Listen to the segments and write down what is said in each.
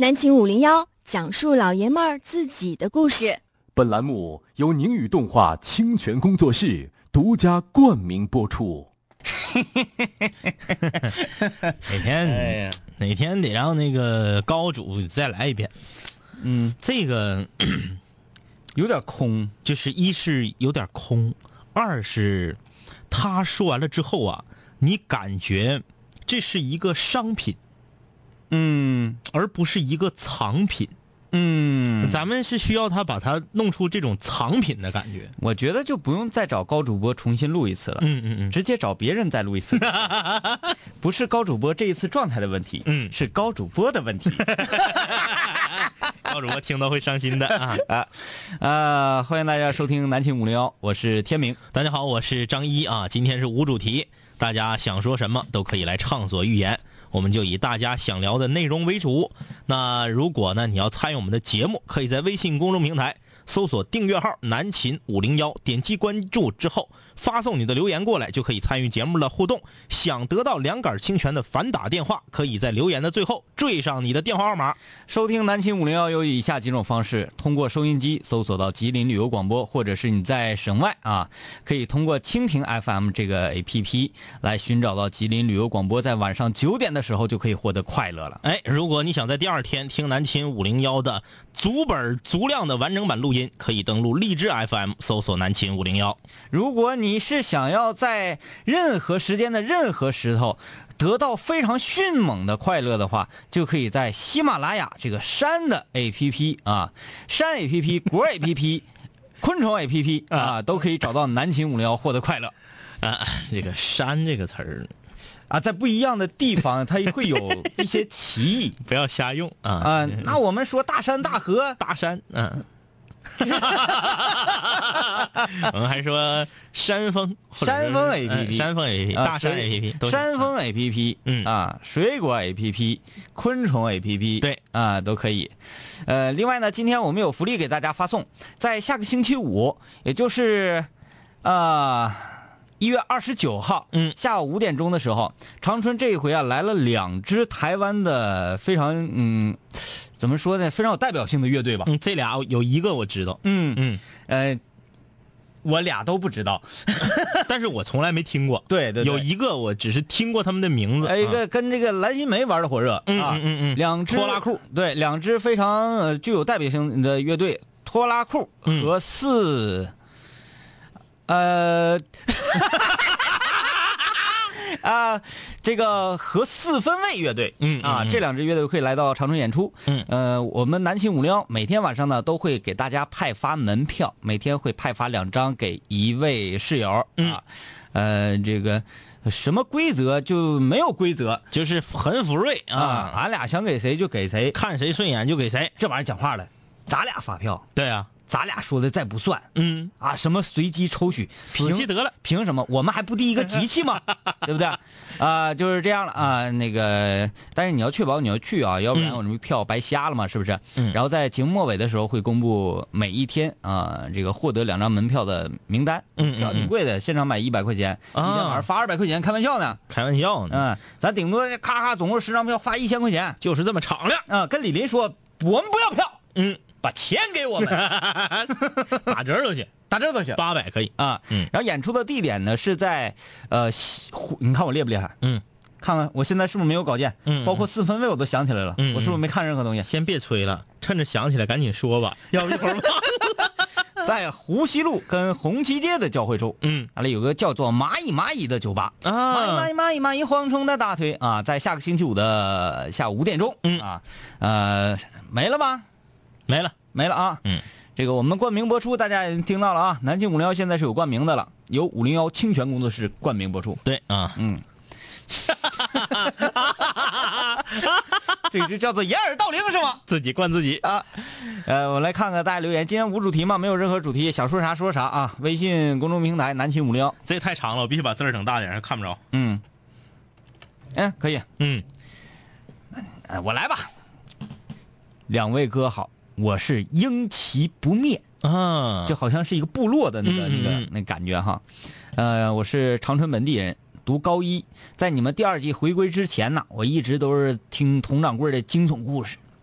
南秦501讲述老爷们儿自己的故事。 本栏目由宁宇动画清泉工作室独家冠名播出。 哪天得让那个高主再来一遍。这个有点空， 就是一是有点空，二是他说完了之后啊，你感觉这是一个商品，而不是一个藏品。咱们是需要他把它弄出这种藏品的感觉。 我觉得就不用再找高主播重新录一次了，直接找别人再录一次。不是高主播这一次状态的问题，是高主播的问题。 高主播听到会伤心的欢迎大家收听南秦501，我是天明。 大家好，我是张一啊。今天是无主题，大家想说什么都可以来畅所欲言，我们就以大家想聊的内容为主。那如果呢你要参与我们的节目，可以在微信公众平台搜索订阅号南秦501，点击关注之后发送你的留言过来，就可以参与节目的互动。想得到两杆清泉的反打电话，可以在留言的最后缀上你的电话号码。 收听南秦501有以下几种方式：通过收音机搜索到吉林旅游广播，或者是你在省外可以通过蜻蜓 FM 这个 APP 来寻找到吉林旅游广播，在晚上9点的时候就可以获得快乐了。 如果你想在第二天听南秦501的足本足量的完整版录音，可以登录荔枝 FM 搜索南秦501。 如果你是想要在任何时间的任何时候得到非常迅猛的快乐的话，就可以在喜马拉雅这个山的 APP 山 APP 果 APP 昆虫 APP 都可以找到南秦501获得快乐。 这个山这个词儿在不一样的地方它会有一些歧义， 不要瞎用那我们说大山大河大山我们还说山峰 APP 山峰 APP 大山 APP 都山峰 APP 水果 APP 昆虫 APP 对都可以。另外呢，今天我们有福利给大家发送，在下个星期五，也就是1月29号下午5点钟的时候，长春这一回来了2支台湾的非常怎么说呢，非常有代表性的乐队吧。 这俩有一个我知道， 我俩都不知道， 但是我从来没听过。 对， 有一个我只是听过他们的名字。 一个跟这个蓝心湄玩的火热两支拖拉库， 对，两支非常具有代表性的乐队，拖拉库和这个和4分卫乐队，这两支乐队可以来到长春演出。我们南秦501每天晚上呢都会给大家派发门票，每天会派发2张给一位室友这个什么规则就没有规则， 就是很福瑞俺俩想给谁就给谁， 看谁顺眼就给谁。 这玩意儿讲话了，咱俩发票， 对啊， 咱俩说的再不算，什么随机抽取， 死气得了， 凭什么？我们还不第一个集气吗？对不对？就是这样了那个，但是你要确保你要去要不然我这票白瞎了嘛，是不是？然后在节目末尾的时候会公布每一天这个获得2张门票的名单。票挺贵的，现场买100块钱，一天晚上发200块钱，开玩笑呢？ 开玩笑呢？ 咱顶多咔咔总共10张票发1000块钱， 就是这么敞亮跟李林说，我们不要票，把钱给我们， 打折都行，800可以然后演出的地点呢是在你看我厉不厉害？看看我现在是不是没有稿件？包括4分卫我都想起来了，我是不是没看任何东西？ 先别催了，趁着想起来赶紧说吧，要不一会儿忘了。 在湖西路跟红旗街的交汇处，完了有个叫做蚂蚁的酒吧蚂蚁蝗虫的大腿在下个星期五的下午5点钟没了吗？没了这个我们冠名播出，大家也听到了南秦501现在是有冠名的了，由501清泉工作室冠名播出。 对这个就叫做掩耳盗铃是吗？ 自己灌自己我来看看大家留言，今天无主题嘛，没有任何主题，想说啥说啥微信公众平台南秦501， 这太长了，我必须把字儿整大点，看不着。 可以。我来吧。2位哥好，我是英奇不灭就好像是一个部落的那感觉哈。我是长春本地人，读高1，在你们第2季回归之前呢，我一直都是听佟掌柜的惊悚故事，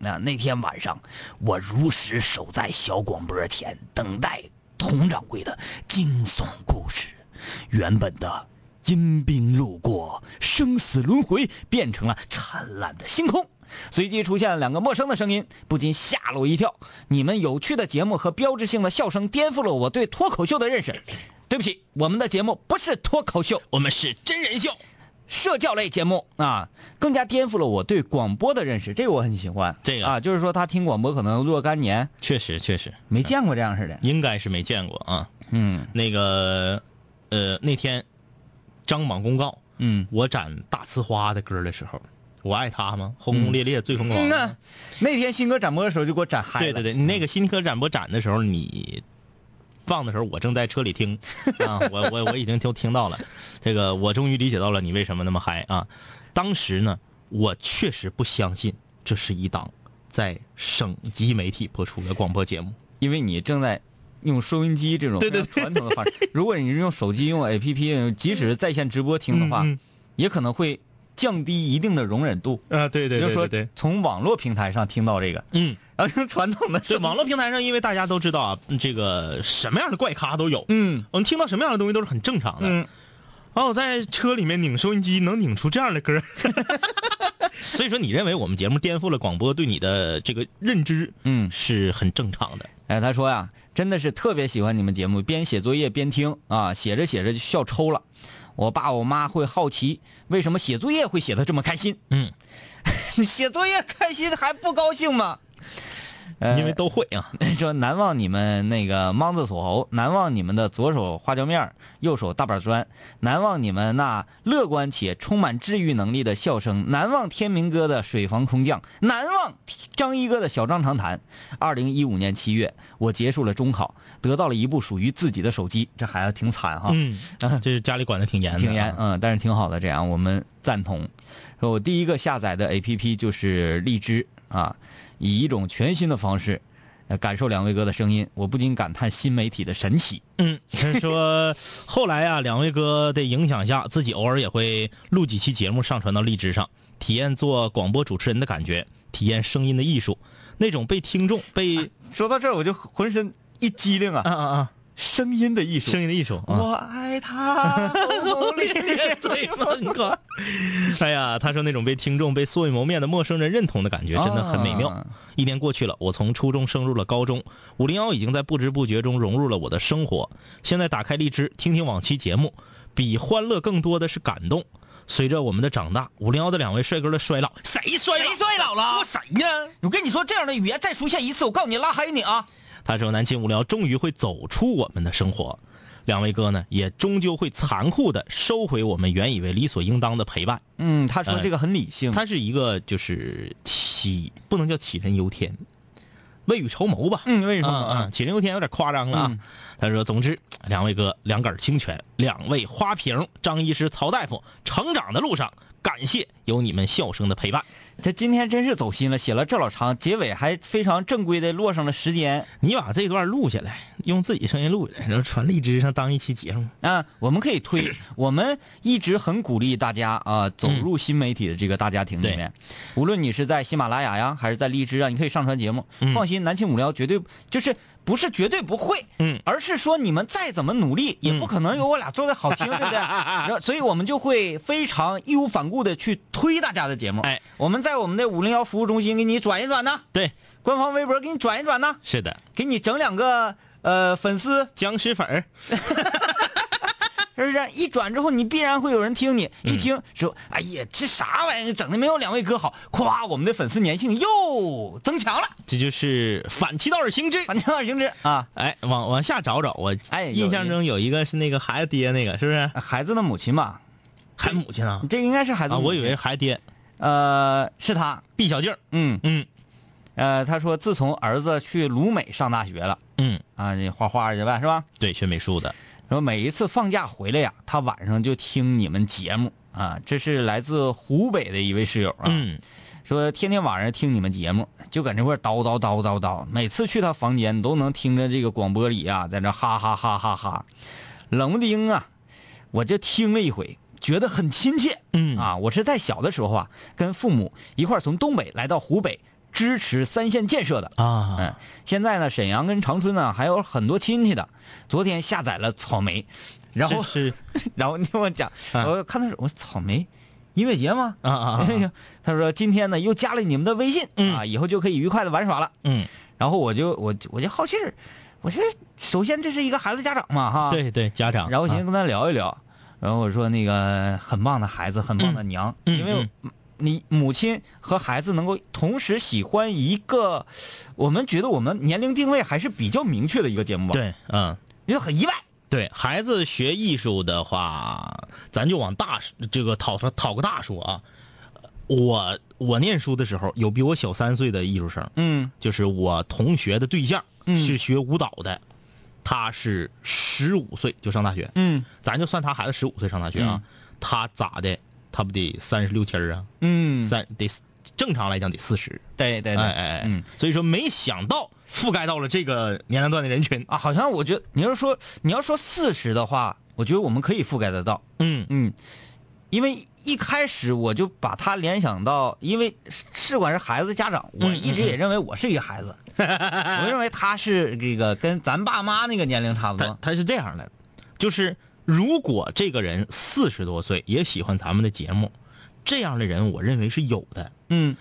那天晚上，我如实守在小广播前，等待佟掌柜的惊悚故事。原本的阴兵路过，生死轮回，变成了灿烂的星空。随即出现了2个陌生的声音，不禁吓了我一跳。你们有趣的节目和标志性的笑声颠覆了我对脱口秀的认识。对不起，我们的节目不是脱口秀， 我们是真人秀。 社教类节目啊，更加颠覆了我对广播的认识，这个我很喜欢。 这个啊，就是说他听广播可能若干年， 确实没见过这样似的， 应该是没见过啊。那个那天张榜公告，我展大呲花的歌的时候，我爱他吗？轰轰烈烈最疯狂。 那天新歌展播的时候就给我展嗨了。 对，那个新歌展播展的时候，你放的时候，我正在车里听啊，我已经听到了。这个我终于理解到了你为什么那么嗨啊！当时呢，我确实不相信这是一档在省级媒体播出的广播节目， 因为你正在用收音机这种传统的方式。如果你是用手机、用 APP， 即使是在线直播听的话，也可能会降低一定的容忍度啊。对， 就是说从网络平台上听到这个，然后用传统的对网络平台上，因为大家都知道啊，这个什么样的怪咖都有，我们听到什么样的东西都是很正常的。然后我在车里面拧收音机，能拧出这样的歌，所以说你认为我们节目颠覆了广播对你的这个认知，是很正常的。 哎，他说呀，真的是特别喜欢你们节目，边写作业边听啊，写着写着就笑抽了。我爸我妈会好奇为什么写作业会写得这么开心。写作业开心还不高兴吗？ 因为都会啊。 说难忘你们那个莽子锁喉，难忘你们的左手花椒面，右手大板砖，难忘你们那乐观且充满治愈能力的笑声，难忘天明哥的水房空降，难忘张一哥的小张长谈。2015年7月，我结束了中考，得到了一部属于自己的手机，这孩子挺惨哈。 这是家里管的挺严的， 挺严，但是挺好的，这样我们赞同。说我第一个下载的 APP 就是荔枝啊。以一种全新的方式感受两位哥的声音，我不禁感叹新媒体的神奇。 说后来啊，两位哥的影响下，自己偶尔也会录几期节目上传到荔枝上，体验做广播主持人的感觉，体验声音的艺术，那种被听众说到这儿我就浑身一激灵啊！声音的艺术， 声音的艺术， 我爱他，轰轰烈烈最疯狂。 哎呀，他说那种被听众、被素未谋面的陌生人认同的感觉真的很美妙。1年过去了，我从初中升入了高中，501已经在不知不觉中融入了我的生活。现在打开荔枝听听往期节目，比欢乐更多的是感动。随着我们的长大，501的2位帅哥的衰老，谁衰老了？说谁呀？ 我跟你说，这样的语言再出现一次，我告诉你拉黑你啊！ 他说南秦501终于会走出我们的生活，2位哥呢也终究会残酷的收回我们原以为理所应当的陪伴。 他说这个很理性， 他是一个就是不能叫杞人忧天，未雨绸缪吧。 未雨绸缪杞人忧天有点夸张了啊。他说总之2位哥两杆清泉，2位花瓶，张医师、曹大夫，成长的路上感谢有你们笑声的陪伴。 这今天真是走心了，写了这老长，结尾还非常正规的落上了时间。 你把这段录下来，用自己声音录下来，然后传荔枝上当一期节目啊。我们可以推，我们一直很鼓励大家啊走入新媒体的这个大家庭里面。无论你是在喜马拉雅呀，还是在荔枝啊，你可以上传节目。放心，南秦501绝对就是不是绝对不会，而是说你们再怎么努力，也不可能有我俩做的好听，对不对？所以我们就会非常义无反顾的去推大家的节目。我们在我们的501服务中心给你转一转呢， 对， 官方微博给你转一转呢， 是的， 给你整2个粉丝僵尸粉儿。 是不是一转之后你必然会有人听你，一听说哎呀这啥玩意整的没有2位哥好，夸我们的粉丝粘性又增强了， 这就是反其道而行之啊！ 往下找找，我印象中有一个是那个孩子爹，那个是不是孩子的母亲吧？ 孩子母亲啊， 这应该是孩子母亲， 我以为是孩子爹， 是他毕小静。 他说自从儿子去鲁美上大学了，你画画去呗，是吧？ 对，学美术的。 然后每一次放假回来呀，他晚上就听你们节目啊。这是来自湖北的一位室友啊，说天天晚上听你们节目，就搁那块叨，每次去他房间都能听着这个广播里啊，在那哈哈哈哈哈，冷不丁啊，我就听了一回，觉得很亲切。我是在小的时候啊，跟父母一块从东北来到湖北， 支持3线建设的啊。 现在呢，沈阳跟长春呢还有很多亲戚的。昨天下载了草莓，然后你听我讲，我看他我草莓音乐节吗？他说今天呢又加了你们的微信啊，以后就可以愉快的玩耍了。然后我就好奇，我觉得首先这是一个孩子家长嘛哈， 对家长。 然后我先跟他聊一聊，然后我说那个很棒的孩子，很棒的娘，因为你母亲和孩子能够同时喜欢一个，我们觉得我们年龄定位还是比较明确的一个节目吧。 对， 因为很意外。 对孩子学艺术的话，咱就往这个讨个大说啊。我念书的时候，有比我小3岁的艺术生，就是我同学的对象，是学舞蹈的，他是15岁就上大学，咱就算他孩子15岁上大学啊，他咋的？他不得36期啊？正常来讲得40。 对， 所以说没想到覆盖到了这个年龄段的人群啊。好像我觉得你要说40的话，我觉得我们可以覆盖得到。因为一开始我就把他联想到，因为试管是孩子家长，我一直也认为我是一个孩子，我认为他是这个跟咱爸妈那个年龄差不多。 他是这样的，就是如果这个人40多岁也喜欢咱们的节目，这样的人我认为是有的。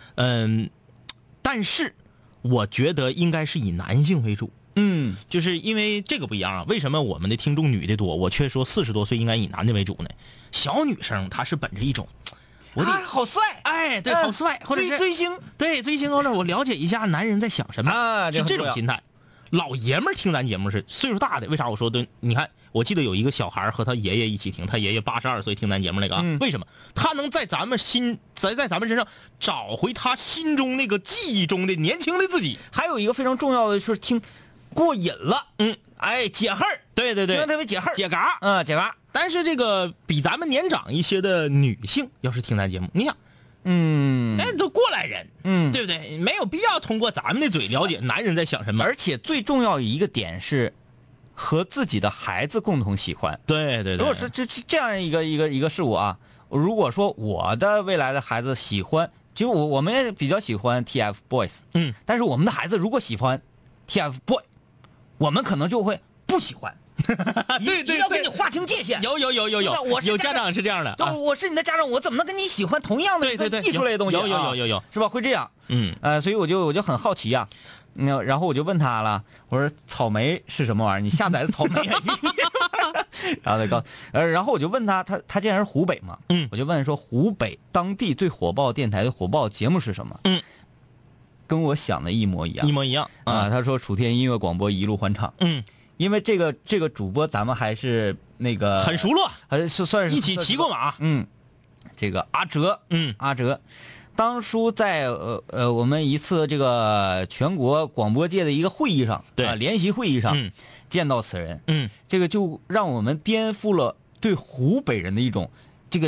但是我觉得应该是以男性为主。就是因为这个不一样啊。为什么我们的听众女的多？我却说40多岁应该以男的为主呢？小女生她是本着一种， 好帅， 对，好帅，或者是追星， 对，追星或者我了解一下男人在想什么啊，是这种心态。老爷们儿听咱节目是岁数大的，为啥我说对？你看，我记得有一个小孩和他爷爷一起听，他爷爷82岁听咱节目那个啊，为什么？他能在咱们在咱们身上找回他心中那个记忆中的年轻的自己。 还有一个非常重要的就是听过瘾了，解恨儿， 对， 听特别解恨儿， 解嘎， 解嘎。 但是这个比咱们年长一些的女性，要是听咱节目，你想，那都过来人，对不对？没有必要通过咱们的嘴了解男人在想什么。 而且最重要一个点是，和自己的孩子共同喜欢。 对。 如果是这样一个事物啊，如果说我的未来的孩子喜欢，其实我们也比较喜欢 TFBOYS，但是我们的孩子如果喜欢 TFBOY， 我们可能就会不喜欢。 对， 要跟你划清界限。 有家长是这样的， 我是你的家长，我怎么能跟你喜欢同样的艺术类的东西？ 有， 是吧？会这样。所以我就很好奇啊。然后我就问他了，我说草莓是什么玩意儿？你下载的草莓？然后我就问他既然是湖北嘛，我就问说湖北当地最火爆电台的火爆节目是什么？跟我想的一模一样啊。他说楚天音乐广播一路欢唱。因为这个主播咱们还是那个很熟络， 还是算是一起骑过马。 这个阿哲，阿哲，当初在我们一次这个全国广播界的一个会议上，联席会议上，见到此人，这个就让我们颠覆了对湖北人的一种这个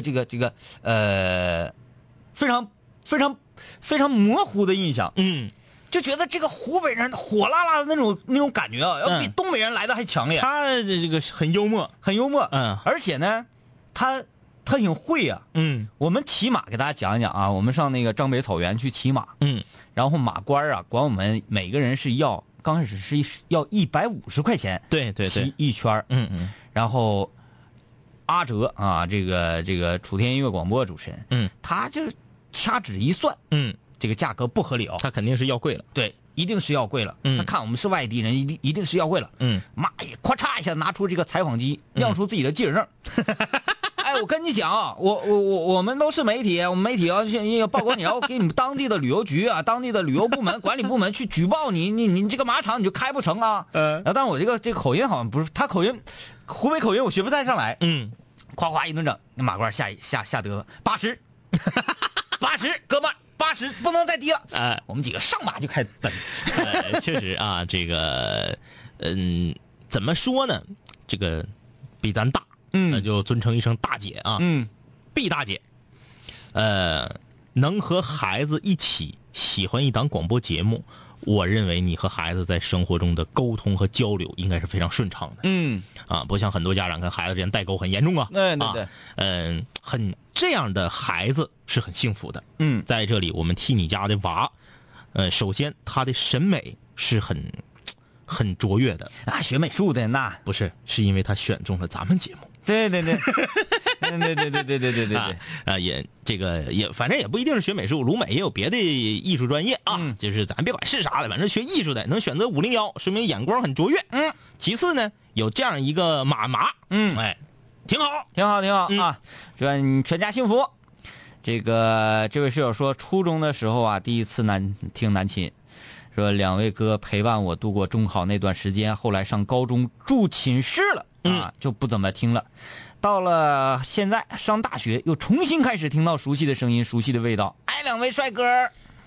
非常模糊的印象。就觉得这个湖北人火辣辣的那种感觉啊，要比东北人来的还强烈。 他这个很幽默， 而且呢，他挺会啊。我们骑马给大家讲一讲啊，我们上那个张北草原去骑马，然后马官啊管我们每个人是要刚开始是要150块钱， 对， 骑一圈。然后阿哲啊，这个楚天音乐广播主持人，他就掐指一算，这个价格不合理哦， 他肯定是要贵了， 对，一定是要贵了。他看我们是外地人，一定是要贵了。妈呀，咔嚓一下拿出这个采访机，亮出自己的记者证。我跟你讲啊，我们都是媒体，我们媒体要报告，你要给你们当地的旅游局啊，当地的旅游部门、管理部门去举报你这个马场你就开不成啊。然后但是我这个口音好像不是他口音，湖北口音我学不太上来。夸夸一顿整，那马褂下嘚瑟80，哥们儿。80不能再低了，我们几个上马就开始蹬。 确实啊，这个，怎么说呢？这个比咱大，那就尊称一声大姐啊，毕大姐。能和孩子一起喜欢一档广播节目，我认为你和孩子在生活中的沟通和交流应该是非常顺畅的。不像很多家长跟孩子之间代沟很严重啊。 对， 这样的孩子是很幸福的。在这里我们替你家的娃首先他的审美是很卓越的啊，学美术的那不是因为他选中了咱们节目。 对对也这个也反正也不一定是学美术，鲁美也有别的艺术专业啊，就是咱别管是啥的，反正学艺术的能选择501，说明眼光很卓越。其次呢，有这样一个妈妈，挺好啊，祝你全家幸福。这位室友说，初中的时候啊，第一次听南琴，说2位哥陪伴我度过中考那段时间，后来上高中住寝室了啊，就不怎么听了。到了现在上大学，又重新开始听到熟悉的声音，熟悉的味道。哎，2位帅哥，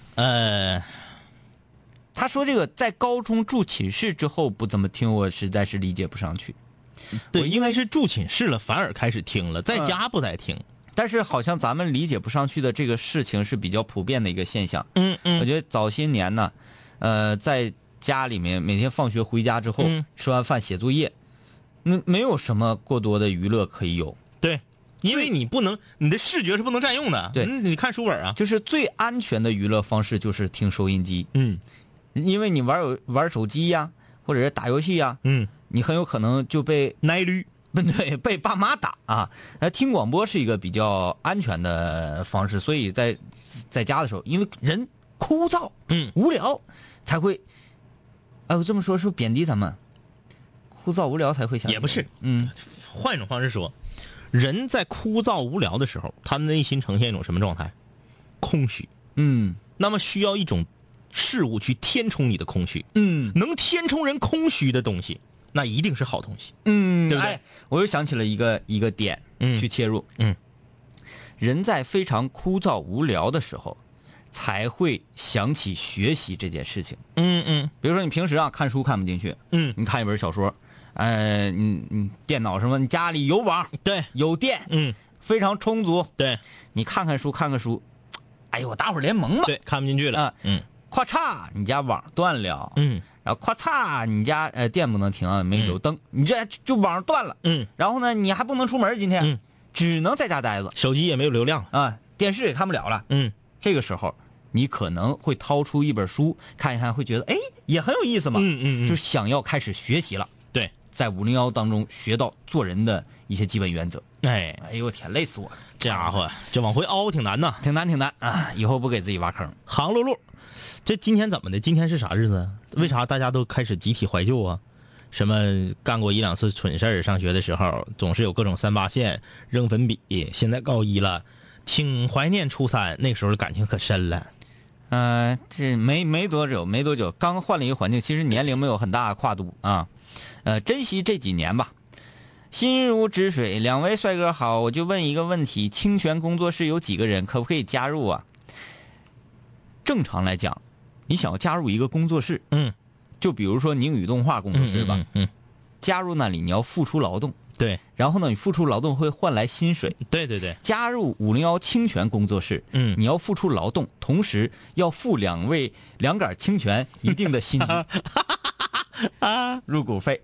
他说这个在高中住寝室之后不怎么听，我实在是理解不上去。 对，因为是住寝室了，反而开始听了，在家不再听。 但是好像咱们理解不上去的这个事情是比较普遍的一个现象。我觉得早些年呢，在家里面每天放学回家之后，吃完饭写作业，没有什么过多的娱乐可以有。 对，因为你的视觉是不能占用的。 对， 你看书本啊， 就是最安全的娱乐方式就是听收音机。因为你玩手机呀，或者是打游戏呀，你很有可能就被奶驴。 对，被爸妈打啊！听广播是一个比较安全的方式，所以在家的时候，因为人枯燥、无聊，才会，我这么说是不是贬低咱们？枯燥无聊才会想， 也不是，换一种方式说，人在枯燥无聊的时候，他内心呈现一种什么状态？空虚。那么需要一种事物去填充你的空虚。能填充人空虚的东西，那一定是好东西。对不对？ 我又想起了一个点，去切入。人在非常枯燥无聊的时候，才会想起学习这件事情。比如说你平时看书看不进去，你看一本小说，你电脑什么，你家里有网， 对， 有电，非常充足， 对， 你看看书，哎呦，我打会儿联盟吧， 对，看不进去了， 咔嚓，你家网断了，然后咔嚓，你家电不能停啊，没有灯，你这就网断了，然后呢，你还不能出门，今天，只能在家待着， 手机也没有流量啊，电视也看不了了，这个时候你可能会掏出一本书看一看，会觉得也很有意思嘛，就想要开始学习了， 对， 在501当中学到做人的一些基本原则，哎呦我天，累死我了， 这家伙这往回凹挺难呐， 挺难啊，以后不给自己挖坑。 杭露露，这今天怎么的？今天是啥日子？为啥大家都开始集体怀旧啊？什么干过1、2次蠢事儿，上学的时候总是有各种3、8线扔粉笔，现在高1了，挺怀念初3，那时候的感情可深了。 这没多久，刚换了一个环境，其实年龄没有很大的跨度啊。珍惜这几年吧。心如止水，2位帅哥好，我就问一个问题：清泉工作室有几个人？可不可以加入啊？正常来讲，你想要加入一个工作室，就比如说宁宇动画工作室吧，加入那里你要付出劳动， 对， 然后呢，你付出劳动会换来薪水， 对。 加入501清泉工作室，你要付出劳动，同时要付2杆清泉一定的薪金入股费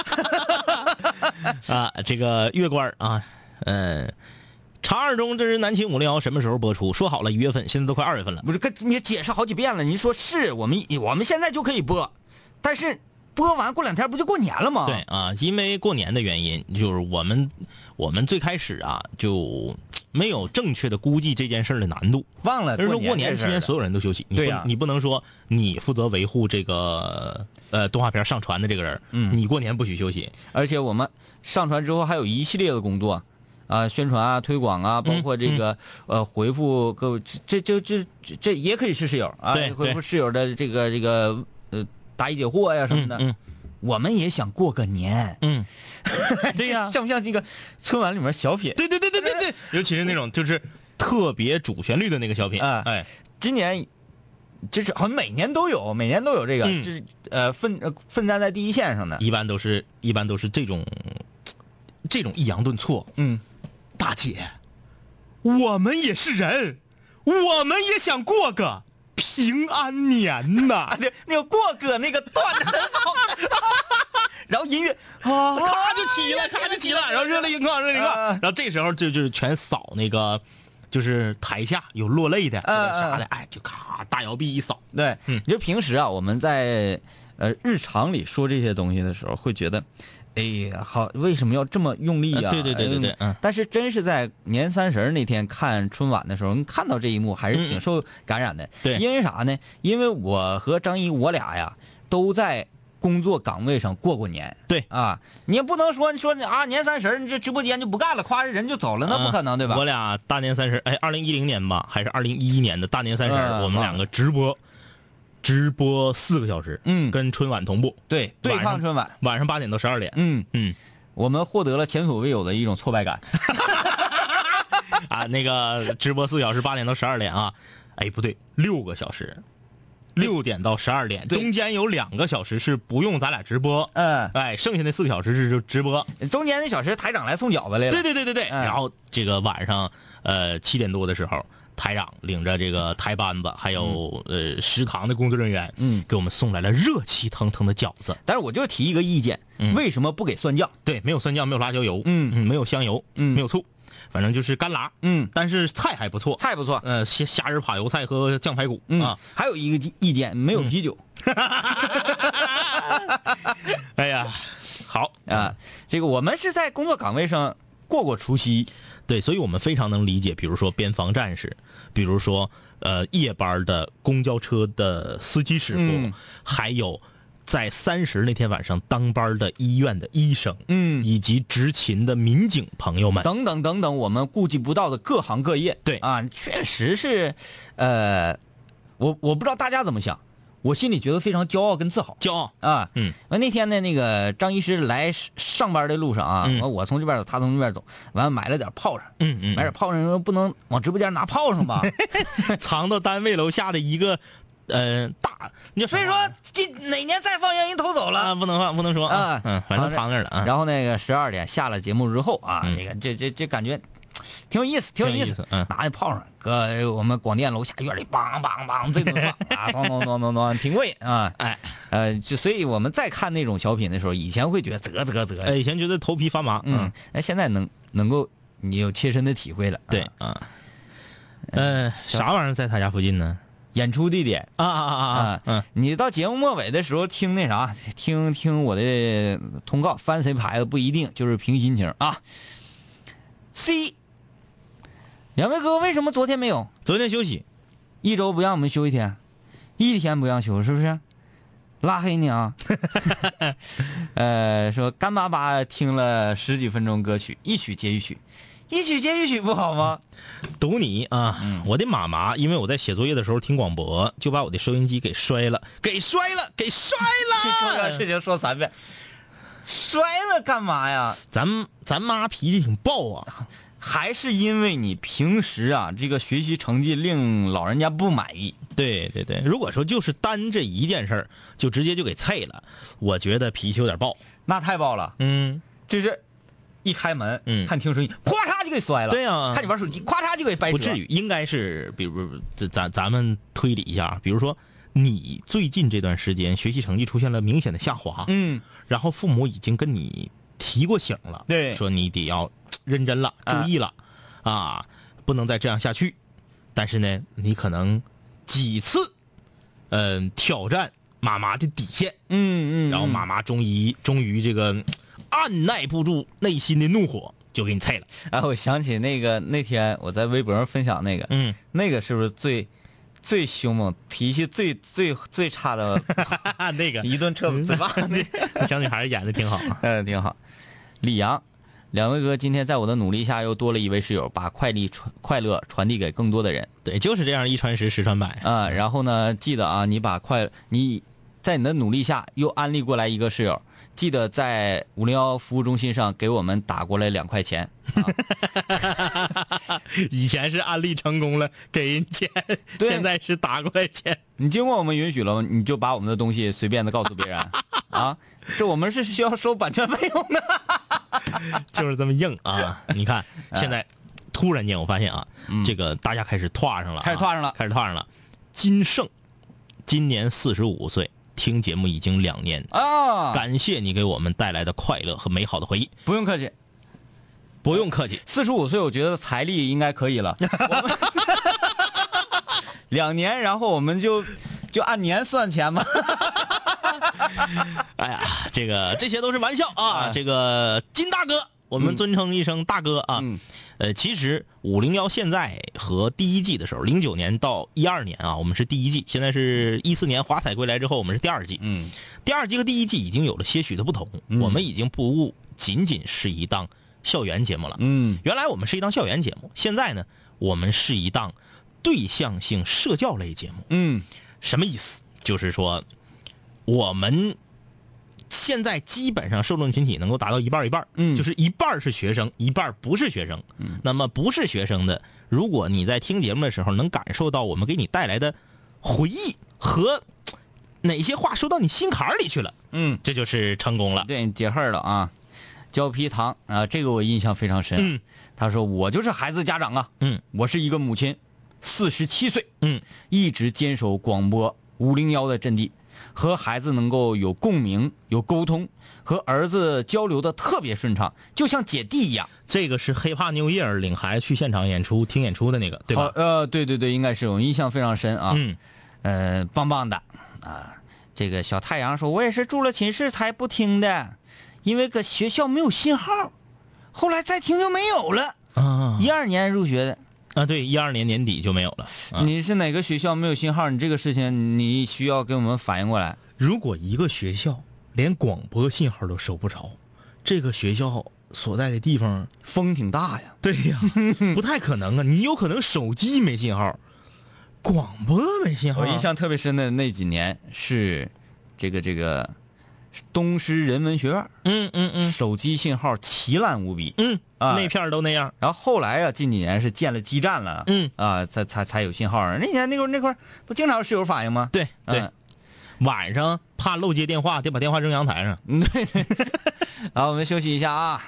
这个月官啊，查二中这是南秦501什么时候播出？说好了1月份，现在都快2月份了。 不是，你解释好几遍了。你说是我们现在就可以播，但是播完过2天不就过年了吗？ 对啊，因为过年的原因，就是我们最开始就没有正确的估计这件事的难度， 忘了。 就是说过年期间所有人都休息，你不能说你负责维护这个动画片上传的这个人，你过年不许休息。 而且我们上传之后还有一系列的工作。宣传啊，推广啊，包括这个回复各位，这也可以是室友啊，回复室友的这个答疑解惑呀什么的。我们也想过个年， 对呀， 像不像这个春晚里面小品？对， 尤其是那种就是特别主旋律的那个小品。 今年就是好像每年都有这个，就是奋战在第一线上的， 一般都是这种抑扬顿挫。大姐，我们也是人，我们也想过个平安年呐。 那个过个那个段子很好，然后音乐咔就起了，然后热泪盈眶，然后这时候就是全扫那个就是台下有落泪的啥的，就咔大摇臂一扫。 对，就平时啊，我们在日常里说这些东西的时候，会觉得，哎呀，好，为什么要这么用力啊？ 对， 但是真是在年30那天看春晚的时候，你看到这一幕还是挺受感染的。 对， 因为啥呢？因为我和张一我俩呀都在工作岗位上过年。 对啊，你也不能说啊年30你这直播间就不干了，夸人就走了，那不可能，对吧？ 我俩大年30，哎，2010年吧，还是2011年的大年30，我们两个直播4个小时，跟春晚同步， 对抗春晚， 晚上8点到12点， 我们获得了前所未有的一种挫败感。 啊，那个直播4小时，8点到12点啊，哎，不对，6个小时。6点到12点，中间有2个小时是不用咱俩直播，剩下那4个小时是就直播， 中间那小时台长来送饺子来了， 对，然后这个晚上7点多的时候，台长领着这个台班子还有食堂的工作人员，给我们送来了热气腾腾的饺子。 但是我就提一个意见，为什么不给蒜酱？ 对，没有蒜酱，没有辣椒油，没有香油，没有醋。反正就是干辣，但是菜还不错， 菜不错， 虾仁扒油菜和酱排骨啊。 还有一个意见，没有啤酒。 哎呀，好啊，这个我们是在工作岗位上过除夕， 对，所以我们非常能理解，比如说边防战士，比如说夜班的公交车的司机师傅，还有在30那天晚上当班的医院的医生，以及执勤的民警朋友们， 等等，我们顾及不到的各行各业， 对啊，确实是，我不知道大家怎么想，我心里觉得非常骄傲跟自豪，啊，完那天呢，那个张医师来上班的路上啊，我从这边走，他从那边走，完了买了点炮仗，买点炮仗，说不能往直播间拿炮仗吧， 藏到单位楼下的一个。大，你所以说哪年再放让人偷走了啊？不能说啊，反正藏那儿了啊。 然后那个12点下了节目之后啊，那个这感觉挺有意思，拿那炮仗搁我们广电楼下院里梆梆梆这么放啊，咚，挺过瘾啊。就所以我们再看那种小品的时候，以前会觉得啧， 以前觉得头皮发麻， 现在能够你有切身的体会了， 对啊。啥玩意儿在他家附近呢？ 演出地点你到节目末尾的时候听那啥，听我的通告，翻谁牌子不一定，就是凭心情啊。C， 两位哥为什么昨天没有？ 昨天休息 ，1周不让我们休一天不让休，是不是？拉黑你啊！说干巴巴听了10几分钟歌曲，一曲接一曲不好吗？ 赌你啊！我的妈妈，因为我在写作业的时候听广播，就把我的收音机给摔了。 这重要事情说3遍，摔了干嘛呀？ 咱妈脾气挺暴啊， 还是因为你平时啊这个学习成绩令老人家不满意？ 对，如果说就是单这一件事儿，就直接就给啐了，我觉得脾气有点暴。 那太暴了，就是一开门，看听声音，咵嚓就给摔了。 对呀， 看你玩手机，咵嚓就给掰折。 不至于，应该是，比如咱们推理一下，比如说你最近这段时间学习成绩出现了明显的下滑，然后父母已经跟你提过醒了， 对， 说你得要认真了，注意了，不能再这样下去。但是呢，你可能几次，挑战妈妈的底线，然后妈妈终于这个。按耐不住内心的怒火，就给你啐了。 我想起那天我在微博上分享那个，那个是不是最凶猛、脾气最差的那个一顿撤嘴巴？ 那小女孩演的挺好， 挺好。李阳，两位哥今天在我的努力下又多了一位室友，把快乐传递给更多的人。 对，就是这样，1传10，10传100 然后呢，记得啊，你在你的努力下又安利过来一个室友。记得在501服务中心上给我们打过来2块钱。 以前是安利成功了给人钱，现在是打过来钱。 你经过我们允许了，你就把我们的东西随便的告诉别人啊？这我们是需要收版权费用的。 就是这么硬啊！你看现在突然间我发现啊，这个大家开始拓上了。金盛今年45岁。听节目已经2年啊！ 感谢你给我们带来的快乐和美好的回忆。 不用客气。 不用客气。 45岁，我觉得财力应该可以了。2年，然后我们就按年算钱嘛。 哎呀，这些都是玩笑啊。这个金大哥，我们尊称一声大哥啊。其实501现在和第一季的时候，09年到12年啊，我们是第一季，现在是14年华彩归来之后，我们是第二季。第二季和第一季已经有了些许的不同，我们已经不仅仅是一档校园节目了。原来我们是一档校园节目，现在呢，我们是一档对象性社教类节目。什么意思？就是说，我们现在基本上受众群体能够达到一半一半，就是一半是学生，一半不是学生。那么不是学生的，如果你在听节目的时候能感受到我们给你带来的回忆和哪些话说到你心坎里去了，这就是成功了。 对，解恨了啊！胶皮糖啊，这个我印象非常深。他说我就是孩子家长啊，我是一个母亲，47岁，一直坚守广播501的阵地。和孩子能够有共鸣、有沟通，和儿子交流的特别顺畅，就像姐弟一样。 这个是黑怕New Year领孩子去现场演出、听演出的那个，对吧？ 对，应该是我印象非常深啊。棒棒的啊！这个小太阳说，我也是住了寝室才不听的，因为搁学校没有信号，后来再听就没有了。12年入学的。 对，12年年底就没有了。 你是哪个学校没有信号？你这个事情你需要给我们反映过来。 如果一个学校连广播信号都收不着，这个学校所在的地方风挺大呀。 对呀，不太可能啊！你有可能手机没信号，广播没信号。 我印象特别深的那几年是这个东师人文学院，手机信号奇烂无比， 那片都那样。 然后后来啊，近几年是建了基站了，才有信号。那块不经常室友反映吗？ 对，晚上怕漏接电话，得把电话扔阳台上。 对。好，我们休息一下啊。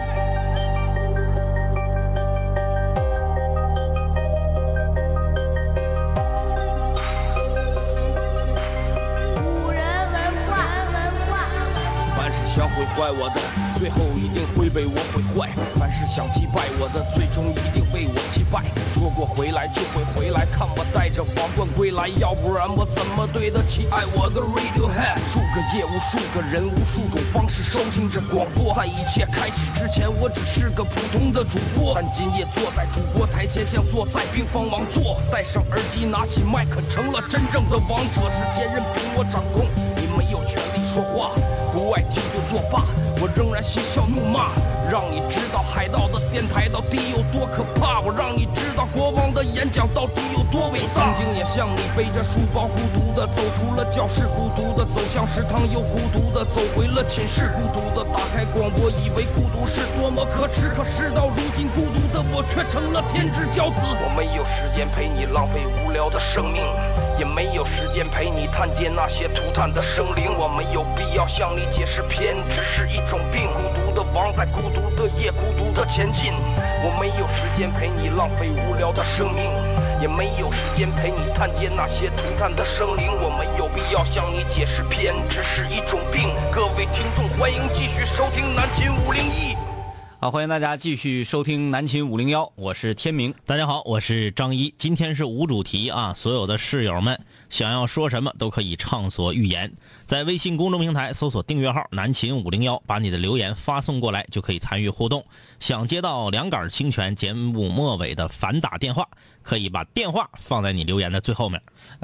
想毁坏我的，最后一定会被我毁坏；凡是想击败我的，最终一定被我击败。说过回来就会回来，看我带着皇冠归来，要不然我怎么对得起爱我的 Radiohead？ 数个夜，无数个人，无数种方式收听着广播。在一切开始之前，我只是个普通的主播，但今夜坐在主播台前，像坐在冰封王座。戴上耳机，拿起麦克，成了真正的王者。世界任凭我掌控，你没有权利说话。不爱听就作罢，我仍然嬉笑怒骂，让你知道海盗的电台到底有多可怕，我让你知道国王的演讲到底有多伟大。曾经也像你背着书包孤独的走出了教室，孤独的走向食堂，又孤独的走回了寝室，孤独的打开广播，以为孤独是多么可耻，可事到如今，孤独的我却成了天之骄子。我没有时间陪你浪费无聊的生命，也没有时间陪你探见那些涂炭的生灵，我没有必要向你解释偏执是一种病，孤独的王在孤独的夜孤独的前进。我没有时间陪你浪费无聊的生命，也没有时间陪你探见那些涂炭的生灵，我没有必要向你解释偏执是一种病。各位听众，欢迎继续收听南秦501。 好，欢迎大家继续收听南秦501，我是天明。 大家好，我是张一。今天是无主题啊，所有的室友们想要说什么都可以畅所欲言，在微信公众平台搜索订阅号南秦501，把你的留言发送过来就可以参与互动。想接到两杆清泉节目末尾的反打电话，可以把电话放在你留言的最后面。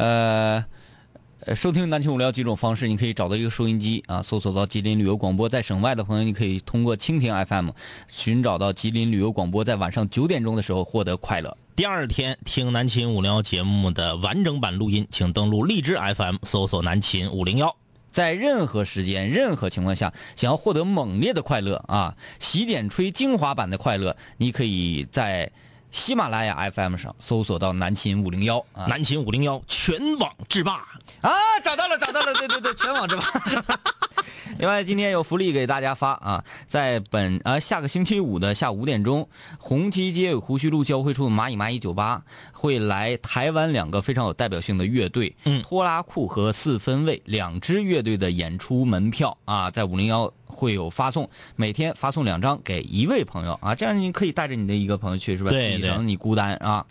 收听南秦501几种方式，你可以找到一个收音机啊，搜索到吉林旅游广播。在省外的朋友，你可以通过蜻蜓 FM 寻找到吉林旅游广播，在晚上9点钟的时候获得快乐。 第二天听南秦501节目的完整版录音，请登录荔枝 FM 搜索南秦501。 在任何时间、任何情况下，想要获得猛烈的快乐啊，洗点吹精华版的快乐，你可以在喜马拉雅 FM 上搜索到南秦501啊， 南秦501全网制霸啊，找到了，对，全网制霸。 另外，今天有福利给大家发啊，在下个星期五的下午5点钟，红旗街与胡须路交汇处蚂蚁酒吧会来台湾2个非常有代表性的乐队，拖拉库和4分卫2支乐队的演出门票啊，在501会有发送，每天发送2张给1位朋友啊，这样你可以带着你的一个朋友去，是吧？ 对， 省你孤单啊。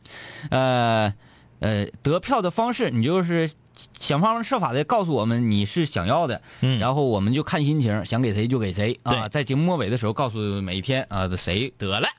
得票的方式，你就是想方设法的告诉我们你是想要的，然后我们就看心情，想给谁就给谁啊。在节目末尾的时候告诉每一天啊谁得了。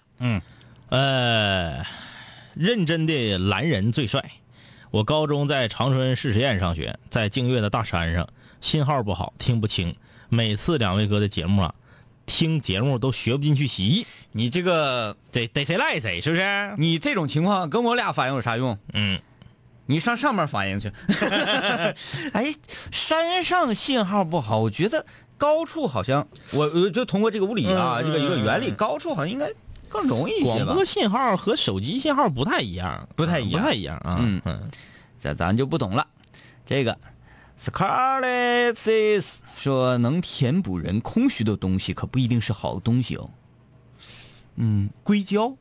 认真的蓝人最帅。我高中在长春市实验上学，在净月的大山上，信号不好，听不清。每次2位哥的节目啊，听节目都学不进去习。 你这个得谁赖谁，是不是？ 你这种情况跟我俩反映有啥用？你上面反映去。哎，山上信号不好，我觉得高处好像，我就通过这个物理啊，这个一个原理，高处好像应该更容易一些吧。 广播信号和手机信号不太一样，不太一样啊。 这咱就不懂了。这个 Scarlet says 说，能填补人空虚的东西可不一定是好东西哦。硅胶。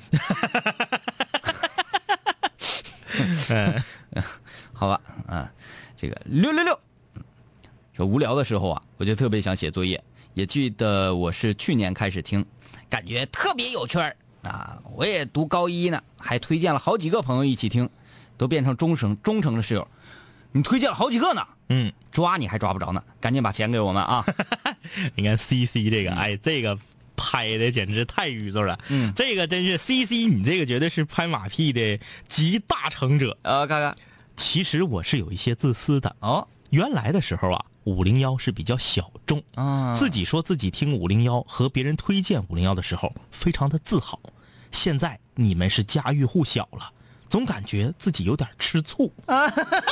好吧啊，这个666说，无聊的时候啊，我就特别想写作业，也记得我是去年开始听，感觉特别有趣啊。我也读高1呢，还推荐了好几个朋友一起听，都变成忠诚的室友。你推荐了好几个呢，抓你还抓不着呢，赶紧把钱给我们啊！ 你看 CC 这个，这个拍的简直太宇宙了，这个真是 CC， 你这个绝对是拍马屁的集大成者。 看看， 其实我是有一些自私的哦。 原来的时候啊，501是比较小众啊，自己说自己听501和别人推荐501的时候，非常的自豪。现在你们是家喻户晓了，总感觉自己有点吃醋。哎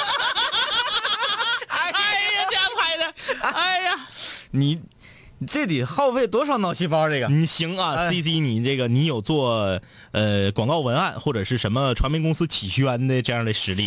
呀，这样拍的，哎呀， 你这得耗费多少脑细胞？这个你行啊，CC， 你这个你有做广告文案或者是什么传媒公司企宣的这样的实力？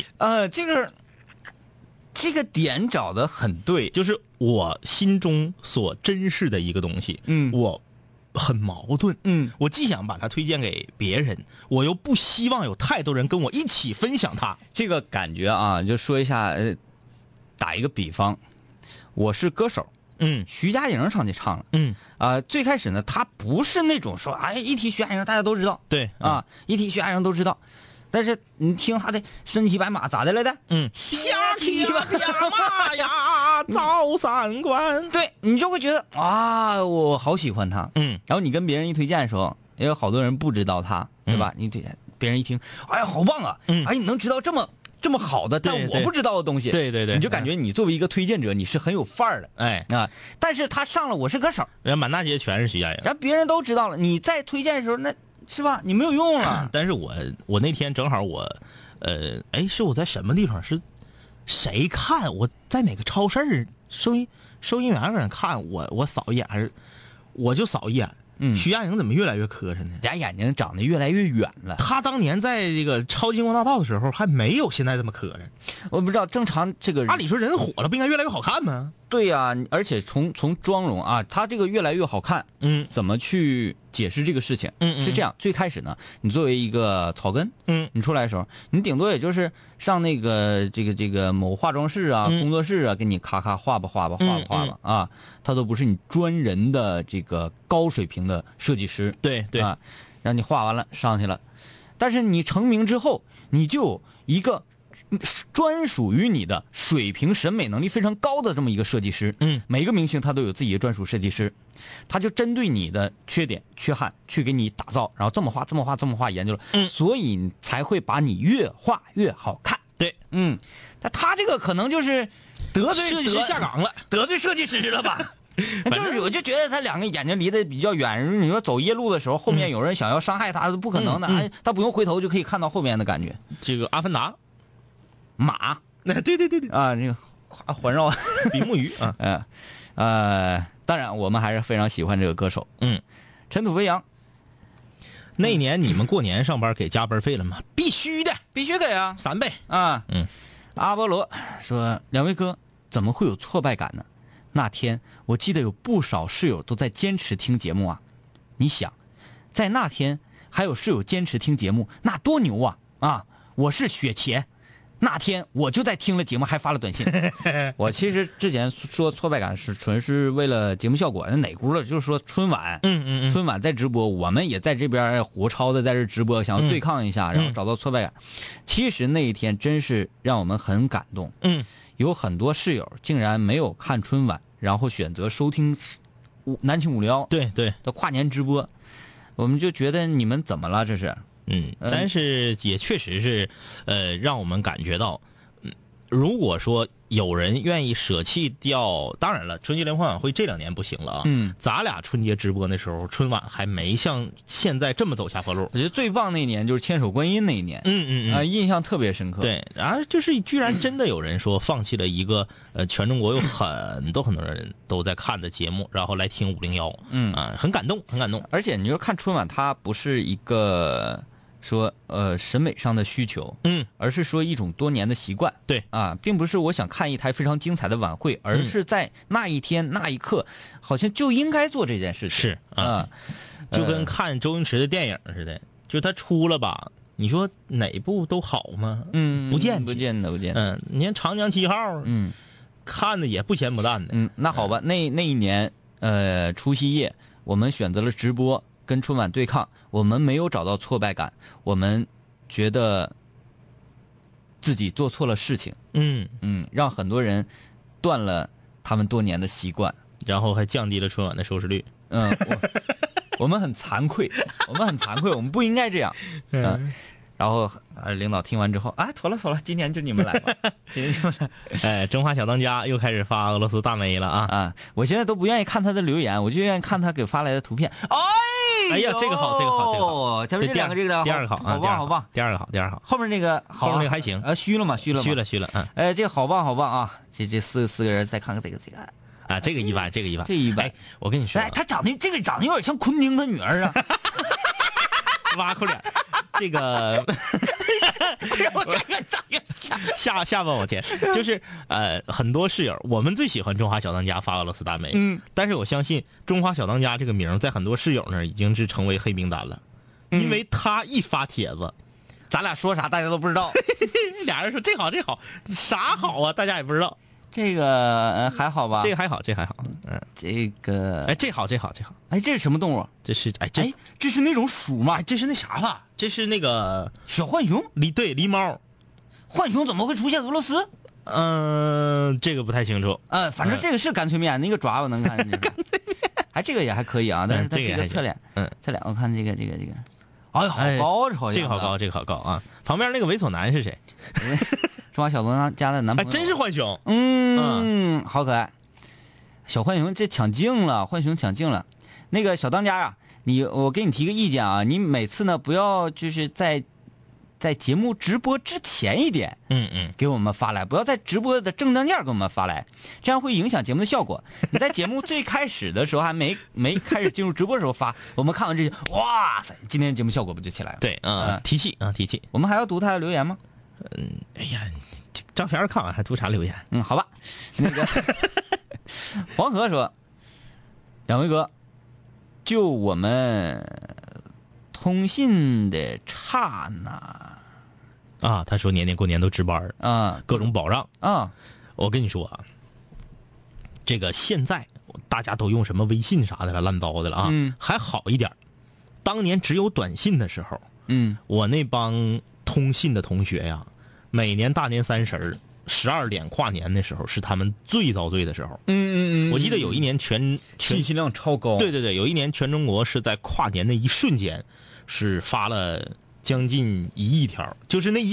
这个点找得很对， 就是我心中所珍视的一个东西。我很矛盾。我既想把它推荐给别人，我又不希望有太多人跟我一起分享它。 这个感觉啊，就说一下，打一个比方，我是歌手。徐佳莹上去唱了。最开始呢，他不是那种说，一提徐佳莹大家都知道， 对啊，一提徐佳莹都知道。但是你听他的身骑白马咋的来的？ 下骑白马呀，造3关。 对，你就会觉得啊，我好喜欢他。然后你跟别人一推荐的时候，也有好多人不知道他，对吧？你别人一听，哎呀，好棒啊！你能知道这么好的，但我不知道的东西， 对， 你就感觉你作为一个推荐者，你是很有范儿的，但是他上了《我是歌手》， 人满大街全是徐佳莹， 然后别人都知道了，你在推荐的时候，那是吧？你没有用了。 但是我那天正好是我在什么地方？是谁看？我在哪个超市收银员搁那看我扫一眼，还是我就扫一眼？徐佳莹怎么越来越磕碜呢？ 俩眼睛长得越来越远了。 她当年在这个超金光大道的时候，还没有现在这么磕碜。 我不知道，正常这个按理说人火了，不应该越来越好看吗？ 对呀，而且从妆容啊，她这个越来越好看。怎么去解释这个事情？是这样，最开始呢，你作为一个草根，你出来的时候，你顶多也就是上那个这个某化妆室啊、工作室啊，给你咔咔画吧啊，他都不是你专人的这个高水平的设计师。 对啊，让你画完了上去了，但是你成名之后，你就有一个专属于你的水平审美能力非常高的这么一个设计师。每个明星他都有自己的专属设计师，他就针对你的缺点缺憾去给你打造，然后这么画研究了，所以才会把你越画越好看。 对， 但他这个可能就是得罪设计师下岗了， 得罪设计师了吧？就是我就觉得他两个眼睛离得比较远，你说走夜路的时候，后面有人想要伤害他，不可能的，他不用回头就可以看到后面的感觉。 这个阿凡达。 马， 对啊，那个环绕比目鱼啊，当然我们还是非常喜欢这个歌手。尘土飞扬， 那年你们过年上班给加班费了吗？必须的， 必须给啊 ，3倍啊。阿波罗说，两位哥怎么会有挫败感呢？ 那天我记得有不少室友都在坚持听节目啊。你想，在那天还有室友坚持听节目，那多牛啊！啊，我是雪茄，那天我就在听了节目，还发了短信。我其实之前说挫败感是纯是为了节目效果，那哪轱辘就是说春晚，春晚在直播，我们也在这边胡超的在这直播，想要对抗一下，然后找到挫败感。其实那一天真是让我们很感动。有很多室友竟然没有看春晚，然后选择收听南青501的跨年直播，我们就觉得你们怎么了这是？ 但是也确实是，让我们感觉到，如果说有人愿意舍弃掉，当然了，春节联欢晚会这2年不行了啊。咱俩春节直播那时候，春晚还没像现在这么走下坡路。 我觉得最棒那一年就是千手观音那一年，印象特别深刻。 对，然后就是居然真的有人说放弃了一个全中国有很多人都在看的节目，然后来听501，很感动，很感动。 而且你说看春晚，它不是一个说审美上的需求，而是说一种多年的习惯。 对啊，并不是我想看一台非常精彩的晚会，而是在那一天那一刻，好像就应该做这件事情。 是啊，就跟看周星驰的电影似的，就他出了吧，你说哪部都好吗？不见得。你看《长江7号》，看的也不咸不淡的。 那好吧，那一年除夕夜，我们选择了直播。跟春晚对抗，我们没有找到挫败感，我们觉得自己做错了事情，让很多人断了他们多年的习惯， 然后还降低了春晚的收视率。 我们很惭愧，我们不应该这样。然后领导听完之后，妥了，今年就你们来吧，今年就来。 中华小当家又开始发俄罗斯大妹了啊！ 我现在都不愿意看他的留言，我就愿意看他给发来的图片。 哎呀，这个好， 前面这两个第二个好， 好棒， 第二个好， 后面那个好， 后面那个还行， 虚了， 虚了， 这个好棒啊！这四个人再看看这个啊，这个一般，我跟你说， 他长得有点像昆汀他女儿啊， 挖苦脸。这个我感觉长得像下巴往前，就是很多室友，我们最喜欢中华小当家发俄罗斯大妹，但是我相信中华小当家这个名在很多室友那儿已经是成为黑名单了，因为他一发帖子， 咱俩说啥大家都不知道， 俩人说这好，啥好啊，大家也不知道。 这个还好吧？ 这个还好， 这个这好， 这是什么动物？ 这是这是那种鼠吗？ 这是那啥吧？这是那个小浣熊， 狸猫。 浣熊怎么会出现俄罗斯？ 这个不太清楚。 反正这个是干脆面，那个爪我能看见。这个也还可以啊，但是它这个侧脸，我看这个。哎，好高， 这个好高啊！旁边那个猥琐男是谁？ 中华小当家的男朋友， 真是浣熊。 好可爱。小浣熊这抢镜了，浣熊抢镜了。那个小当家啊，我给你提个意见啊，你每次呢不要就是在节目直播之前一点，给我们发来，不要在直播的正当件给我们发来，这样会影响节目的效果。你在节目最开始的时候还没开始进入直播的时候发，我们看完这些，哇塞，今天节目效果不就起来了？ 对，提气。 我们还要读他的留言吗？ 哎呀，这照片看完还读啥留言？ 好吧。那个黄河说，两位哥，就我们通信的刹那他说年年过年都值班各种保障我跟你说啊，这个现在大家都用什么微信啥的了，烂糟的了还好一点。当年只有短信的时候，我那帮通信的同学呀，每年大年30、12点跨年的时候是他们最遭罪的时候。我记得有一年信息量超高。 对，有一年全中国是在跨年的一瞬间是发了将近1亿条，就是那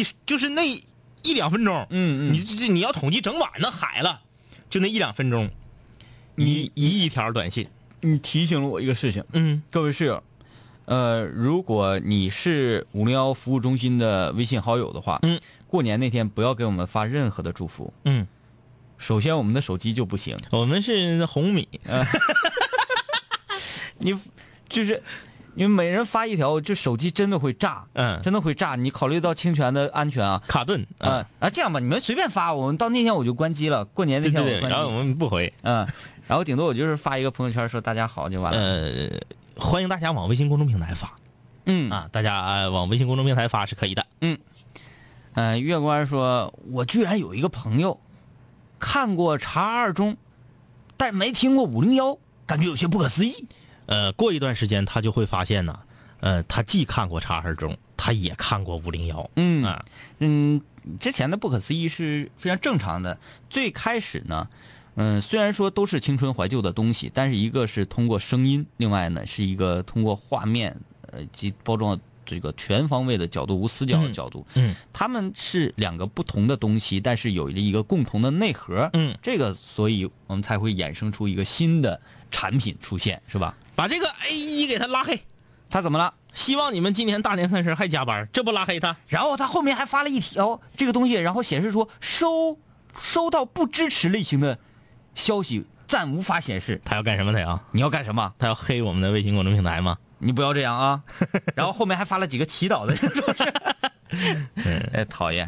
1-2分钟。你要统计整晚那海了，就那1-2分钟，1亿条短信。 你提醒了我一个事情。各位室友，如果你是501服务中心的微信好友的话，过年那天不要给我们发任何的祝福。首先我们的手机就不行， 我们是红米。 你就是因为每人发一条，这手机真的会炸，真的会炸。你考虑到侵权的安全啊， 卡顿， 这样吧，你们随便发，我们到那天我就关机了。过年那天我关机， 然后我们不回， 然后顶多我就是发一个朋友圈说大家好就完了。 欢迎大家往微信公众平台发，大家往微信公众平台发是可以的。 月官说，我居然有一个朋友看过X2中，但没听过501，感觉有些不可思议。 过一段时间他就会发现呢，他既看过X2中，他也看过501。 之前的不可思议是非常正常的。最开始呢，虽然说都是青春怀旧的东西，但是一个是通过声音，另外呢是一个通过画面及包装这个全方位的角度、无死角的角度。他们是两个不同的东西，但是有一个共同的内核。这个所以我们才会衍生出一个新的产品出现，是吧？ 把这个 A1 给他拉黑。 他怎么了？ 希望你们今年大年30还加班，这不拉黑他？ 然后他后面还发了一条这个东西，然后显示说收到不支持类型的消息，暂无法显示。 他要干什么？ 你要干什么？ 他要黑我们的微信公众平台吗？ 你不要这样啊！然后后面还发了几个祈祷的，是不是？讨厌。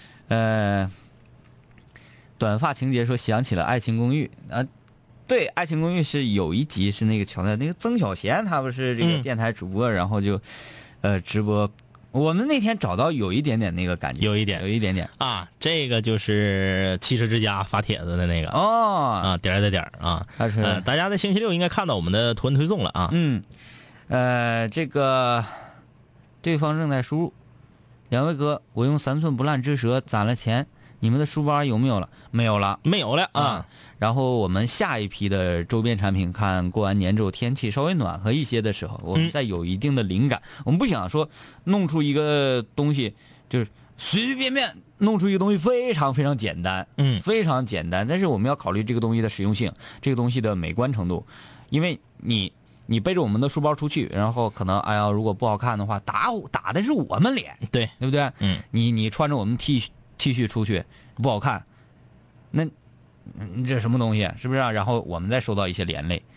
短发情节说想起了《爱情公寓》啊。对，《爱情公寓》是有一集是那个桥段，那个曾小贤他不是这个电台主播，然后就直播。我们那天找到有一点点那个感觉，有一点点啊，这个就是汽车之家发帖子的那个点的点啊，大家在星期六应该看到我们的图文推送了啊。 这个对方正在输入，两位哥，我用3寸不烂之舌攒了钱，你们的书包有没有了？没有了啊。然后我们下一批的周边产品，看过完年之后天气稍微暖和一些的时候，我们再有一定的灵感。我们不想说弄出一个东西就是随随便便弄出一个东西非常非常简单，非常简单，但是我们要考虑这个东西的实用性，这个东西的美观程度，因为你背着我们的书包出去，然后可能如果不好看的话，打的是我们脸，对不对？你穿着我们 T 恤出去不好看，那这什么东西是不是然后我们再受到一些连累。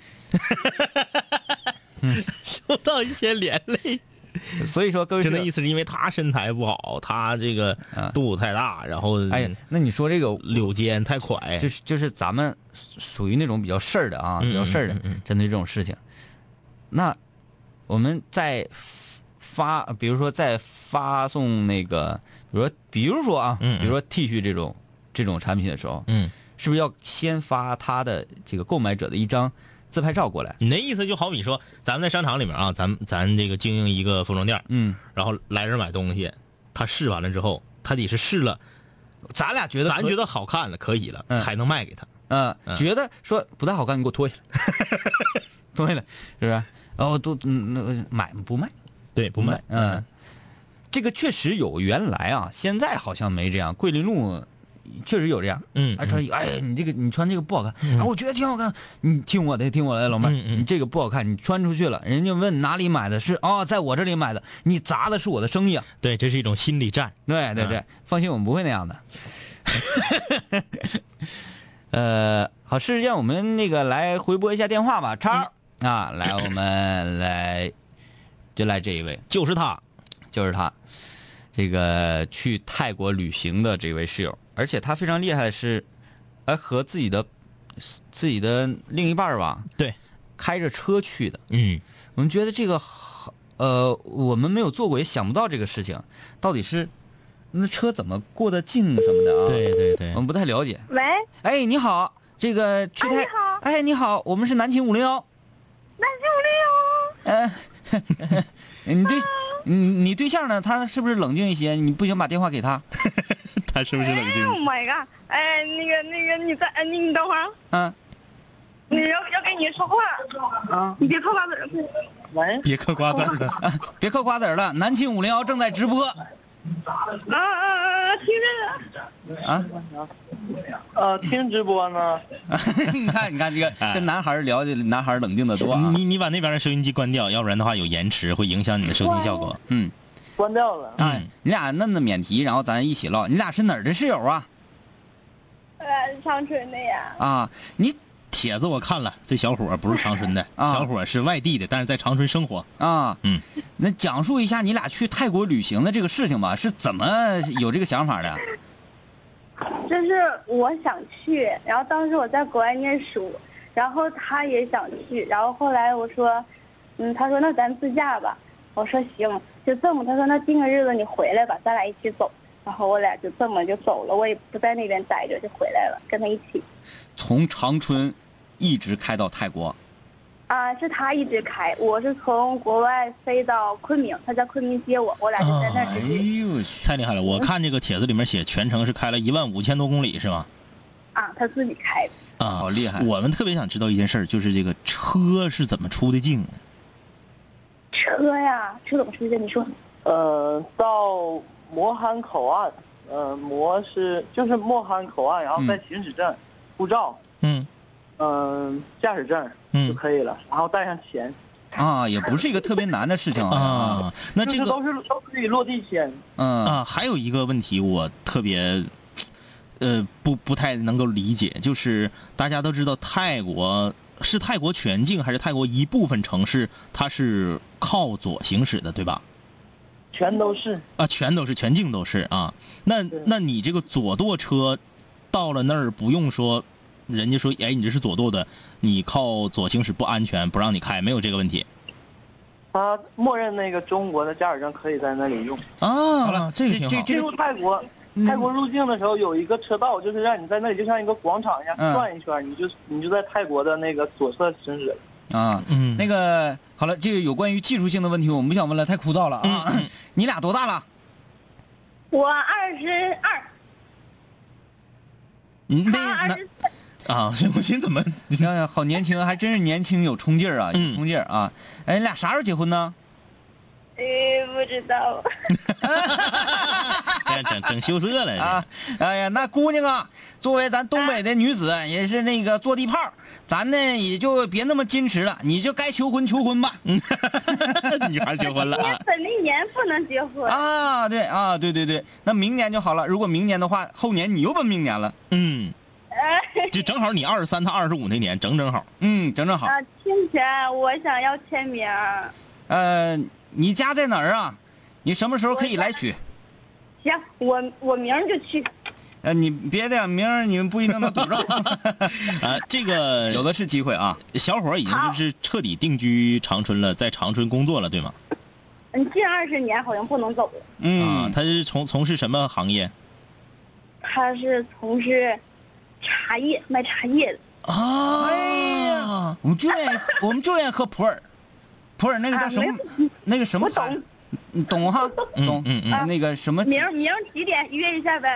受到一些连累。 所以说各位， 就那意思是因为他身材不好，他这个肚子太大，然后那你说这个柳肩太快， 就是咱们属于那种比较事儿的啊，比较事儿的针对这种事情。那我们在比如说在发送那个比如说 T 恤这种产品的时候，是不是要先发他的这个购买者的一张自拍照过来？ 你那意思就好比说咱们在商场里面啊，咱这个经营一个服装店，然后来人买东西，他试完了之后，他得是试了， 咱觉得好看了可以了，才能卖给他。觉得说不太好看，你给我脱下来，脱下来，是不是？然后买不卖？对，不卖。这个确实有，原来啊，现在好像没这样。桂林路确实有这样，你穿这个不好看，我觉得挺好看，你听我的，老妹儿，你这个不好看，你穿出去了，人家问哪里买的，是在我这里买的，你砸的是我的生意啊。 对，这是一种心理战。 对，放心，我们不会那样的。好，事实上我们那个来回拨一下电话吧，来，我们来这一位， 就是他， 这个去泰国旅行的这位室友，而且他非常厉害的是，和自己的另一半吧， 对， 开着车去的。我们觉得这个我们没有做过，也想不到这个事情，到底是那车怎么过得境什么的啊？ 对， 我们不太了解。 喂， 你好，这个去泰， 你好， 你好，我们是南秦501。你对象呢？他是不是冷静一些？你不行，把电话给他。 他是不是冷静一些 ？Oh my god！那个，你等会儿。你要跟你说话啊！你别嗑瓜子儿。 喂，别嗑瓜子儿了， 别嗑瓜子儿了。南秦501正在直播。 听着。 听直播呢。 你看这个跟男孩聊的，男孩冷静的多。 你把那边的收音机关掉，要不然的话有延迟，会影响你的收听效果。 关掉了。 你俩摁的免提，然后咱一起唠。你俩是哪儿的室友啊？ 长春的呀。 你帖子我看了，这小伙不是长春的，小伙是外地的，但是在长春生活啊。那讲述一下你俩去泰国旅行的这个事情吧，是怎么有这个想法的？ 就是我想去，然后当时我在国外念书，然后他也想去，然后后来我说，他说那咱自驾吧，我说行，就这么，他说那定个日子你回来吧，咱俩一起走，然后我俩就这么就走了，我也不在那边待着，就回来了，跟他一起。 从长春一直开到泰国？ 啊，是他一直开，我是从国外飞到昆明，他在昆明接我，我俩就在那儿。 哎呦，太厉害了！我看这个帖子里面写，全程是开了15000多公里，是吗？ 啊，他自己开的。 啊， 好厉害！ 我们特别想知道一件事，就是这个车是怎么出的境呢？ 车呀，车怎么出的境？你说。 到磨憨口岸，就是磨憨口岸，然后在行驶证、护照，驾驶证就可以了，然后带上钱。 啊，也不是一个特别难的事情啊。 那这个都可以落地签。 还有一个问题我特别，不太能够理解，就是大家都知道泰国是泰国全境还是泰国一部分城市，它是靠左行驶的，对吧？ 全都是啊，全境都是啊。那你这个左舵车到了那儿不用说，人家说哎你这是左舵的，你靠左行驶不安全，不让你开，没有这个问题。 他默认那个中国的驾驶证可以在那里用啊。好了，这个挺好。 进入泰国入境的时候有一个车道，就是让你在那里就像一个广场一样转一圈，你就在泰国的那个左侧行驶了。 啊，那个好了，这个有关于技术性的问题我们不想问了，太枯燥了啊。你俩多大了？ 我22。 他24。啊，我寻怎么你想想好年轻，还真是年轻有冲劲儿啊，有冲劲儿啊！哎，你俩啥时候结婚呢？ 不知道。 整羞涩了啊！哎呀，那姑娘啊，作为咱东北的女子，也是那个坐地炮，咱呢也就别那么矜持了，你就该求婚吧。 女孩求婚了啊！ 本命年不能结婚啊！对啊，对，那明年就好了。如果明年的话，后年你又本命年了。 就正好你23，他25那年，整好。 整好。 啊，签钱，我想要签名。 你家在哪儿啊？你什么时候可以来取？ 行，我明儿就去。 你别的明儿你们不一定能堵着。 这个有的是机会啊。 小伙已经就是彻底定居长春了，在长春工作了，对吗？ 近20年好像不能走了。 他是从事什么行业？ 他是从事茶叶，卖茶叶的。 啊！哎呀，我们就愿意喝普洱那个叫什么？那个什么？ 我懂。 你懂哈？懂。那个什么？ 明几点约一下呗？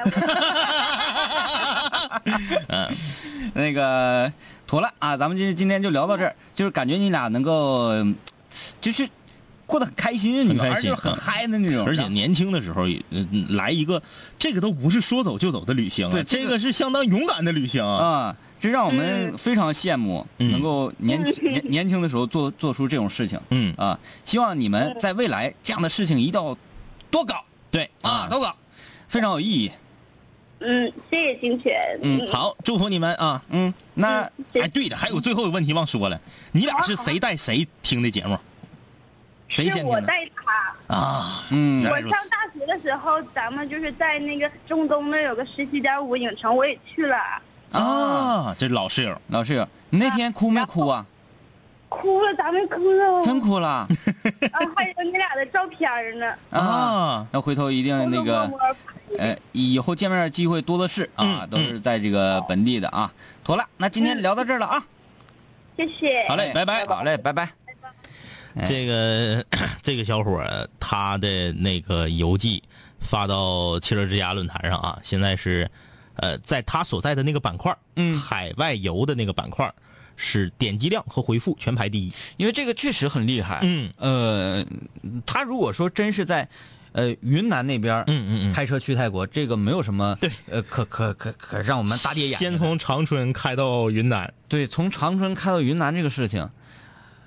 那个妥了啊，咱们今天就聊到这儿。就是感觉你俩能够，就是过得很开心，女孩就是很嗨的那种。 而且年轻的时候，来一个这个都不是说走就走的旅行，对，这个是相当勇敢的旅行啊。这让我们非常羡慕，能够年轻的时候做出这种事情。希望你们在未来这样的事情一定要多搞， 对啊， 多搞，非常有意义。 谢谢金泉。 好，祝福你们啊。 那哎，对了，还有最后一个问题忘说了，你俩是谁带谁听的节目？谁先听的？ 我带他啊。 我上大学的时候，咱们就是在那个中东那有个17.5影城，我也去了。 啊，这老室友， 你那天哭没哭啊？ 哭了，咱们哭了。 真哭了？ 还有你俩的照片呢。 那回头一定那个，以后见面机会多的是啊，都是在这个本地的啊。妥了，那今天聊到这儿了啊。 谢谢。 好嘞，拜拜。 好嘞，拜拜。 这个小伙他的那个游记发到汽车之家论坛上啊，现在是。在他所在的那个板块，海外游的那个板块，是点击量和回复全排第一， 因为这个确实很厉害。他如果说真是在云南那边，开车去泰国，这个没有什么对， 可让我们大跌眼镜。 先从长春开到云南， 对，从长春开到云南这个事情，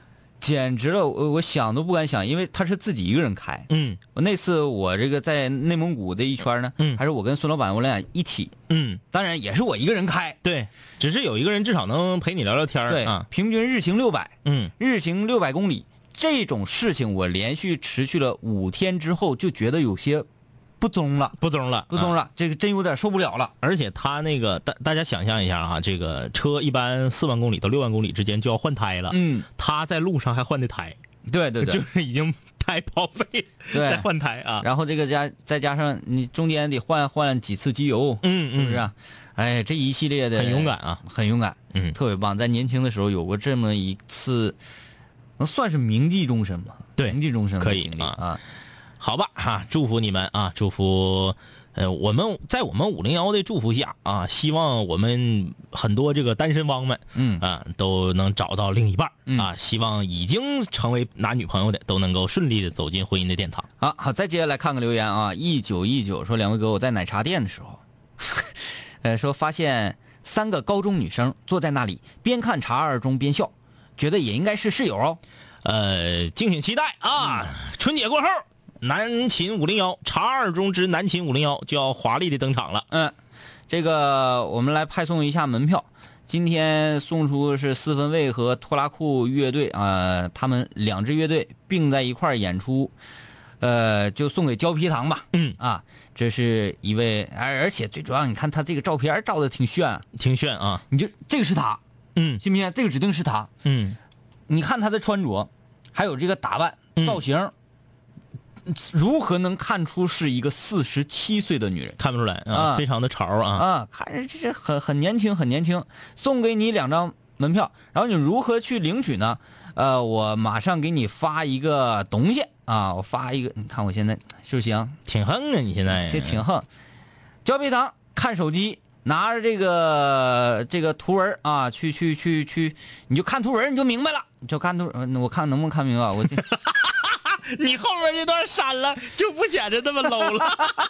简直了，我想都不敢想，因为他是自己一个人开。我那次我这个在内蒙古这一圈呢，还是我跟孙老板我俩一起。当然也是我一个人开。 对，只是有一个人至少能陪你聊聊天。 对啊， 平均日行600。日行600公里这种事情，我连续持续了5天之后，就觉得有些不中了，这个真有点受不了了。 而且他那个大家想象一下啊，这个车一般4万公里到6万公里之间就要换胎了。他在路上还换的胎。 对， 就是已经胎报废，再换胎啊。 然后这个再加上你中间得换几次机油，是不是啊？哎，这一系列的很勇敢啊， 很勇敢，特别棒。在年轻的时候有过这么一次，能算是铭记终身吧？ 对， 铭记终身可以啊。好吧哈，祝福你们啊，祝福我们在我们501的祝福下啊，希望我们很多这个单身汪们都能找到另一半啊，希望已经成为男女朋友的都能够顺利的走进婚姻的殿堂。 好，再接下来看个留言啊，1919说2位哥，我在奶茶店的时候说发现3个高中女生坐在那里边看茶二中边笑，觉得也应该是室友哦。 敬请期待啊，春节过后南秦501茶二中之南秦501就要华丽的登场了。 这个我们来派送一下门票，今天送出是四分卫和拖拉库乐队啊，他们2支乐队并在一块演出，就送给胶皮糖吧。这是一位，而且最主要，你看他这个照片照的挺炫啊，你就这个是他，信不信？这个指定是他，你看他的穿着，还有这个打扮造型。如何能看出是一个47岁的女人？ 看不出来啊，非常的潮啊！ 看着这很年轻，很年轻。送给你2张门票，然后你如何去领取呢？我马上给你发一个东西啊！我发一个，你看我现在是不是行？ 挺横啊！你现在这挺横。胶皮糖看手机，拿着这个图文啊，去，你就看图文，你就明白了。你就看图，我看能不能看明白？我。 你后面这段删了，就不显得那么 low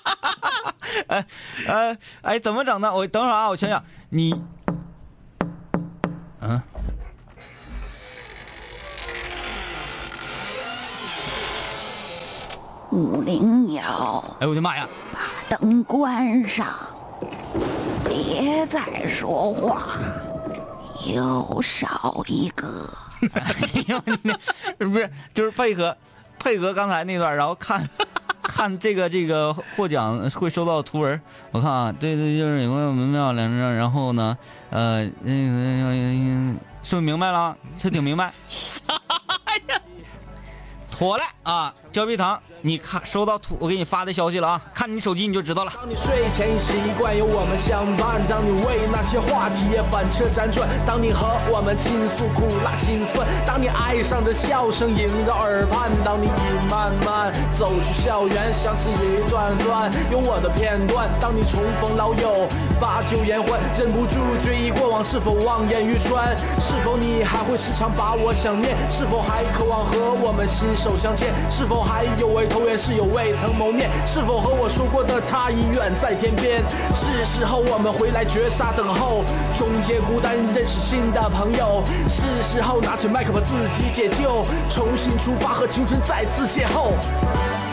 了。怎么整呢？我等会儿啊，我想想。你 501， 哎，我的妈呀！ 把灯关上，别再说话，又少一个。 哎呦，你不是就是配合刚才那段，然后看这个获奖会收到图文，我看啊，对，就是有个门票2张，然后呢，是不是明白了？是挺明白。啥呀？妥了啊，胶皮糖，你看收到我给你发的消息了啊，看你手机你就知道了。 当你睡前习惯有我们相伴，当你为那些话题也翻车辗转，当你和我们倾诉苦辣心酸，当你爱上这笑声萦绕耳畔，当你已慢慢走出校园，想起一段段有我的片段，当你重逢老友把酒言欢，忍不住追忆过往，是否望眼欲穿？是否你还会时常把我想念？是否还渴望和我们心手相牵？是否还有位投缘室友未曾谋面？是否和我说过的他已远在天边？是时候我们回来绝杀等候，终结孤单，认识新的朋友。是时候拿起麦克把自己解救，重新出发和青春再次邂逅。